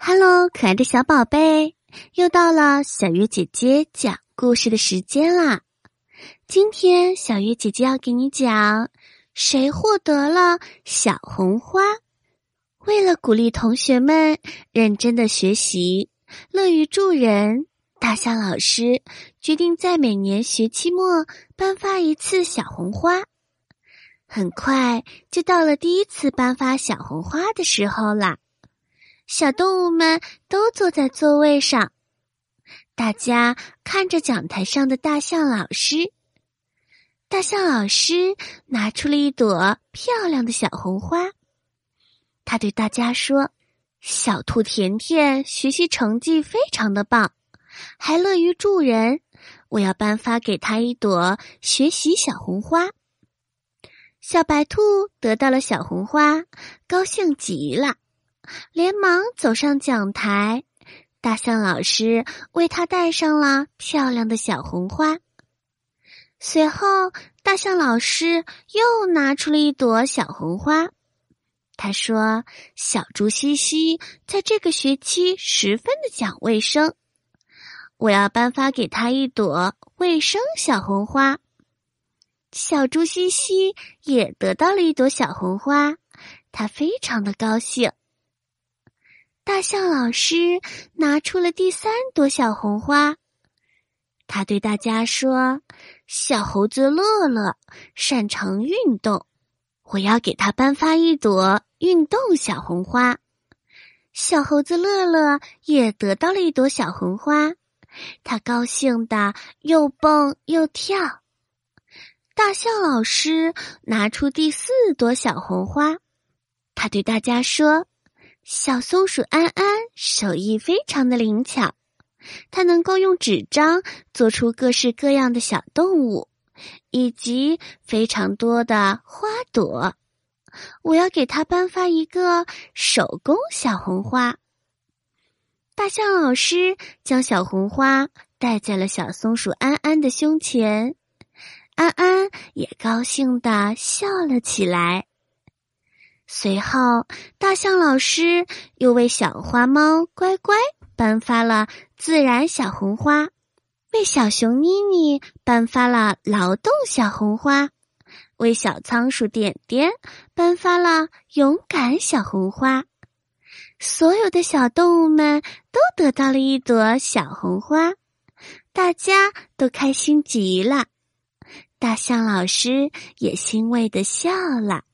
Hello， 可爱的小宝贝，又到了小月姐姐讲故事的时间啦。今天小月姐姐要给你讲谁获得了小红花。为了鼓励同学们认真的学习，乐于助人，大象老师决定在每年学期末颁发一次小红花。很快就到了第一次颁发小红花的时候啦。小动物们都坐在座位上，大家看着讲台上的大象老师。大象老师拿出了一朵漂亮的小红花，他对大家说：小兔甜甜学习成绩非常的棒，还乐于助人，我要颁发给他一朵学习小红花。小白兔得到了小红花，高兴极了，连忙走上讲台，大象老师为他戴上了漂亮的小红花。随后，大象老师又拿出了一朵小红花。他说：小猪西西在这个学期十分的讲卫生，我要颁发给他一朵卫生小红花。小猪西西也得到了一朵小红花，他非常的高兴。大象老师拿出了第三朵小红花，他对大家说：小猴子乐乐擅长运动，我要给他颁发一朵运动小红花。小猴子乐乐也得到了一朵小红花，他高兴地又蹦又跳。大象老师拿出第四朵小红花，他对大家说：小松鼠安安手艺非常的灵巧，它能够用纸张做出各式各样的小动物，以及非常多的花朵。我要给它颁发一个手工小红花。大象老师将小红花戴在了小松鼠安安的胸前，安安也高兴地笑了起来。随后，大象老师又为小花猫乖乖颁发了自然小红花，为小熊妮妮颁发了劳动小红花，为小仓鼠点点颁发了勇敢小红花。所有的小动物们都得到了一朵小红花，大家都开心极了。大象老师也欣慰地笑了。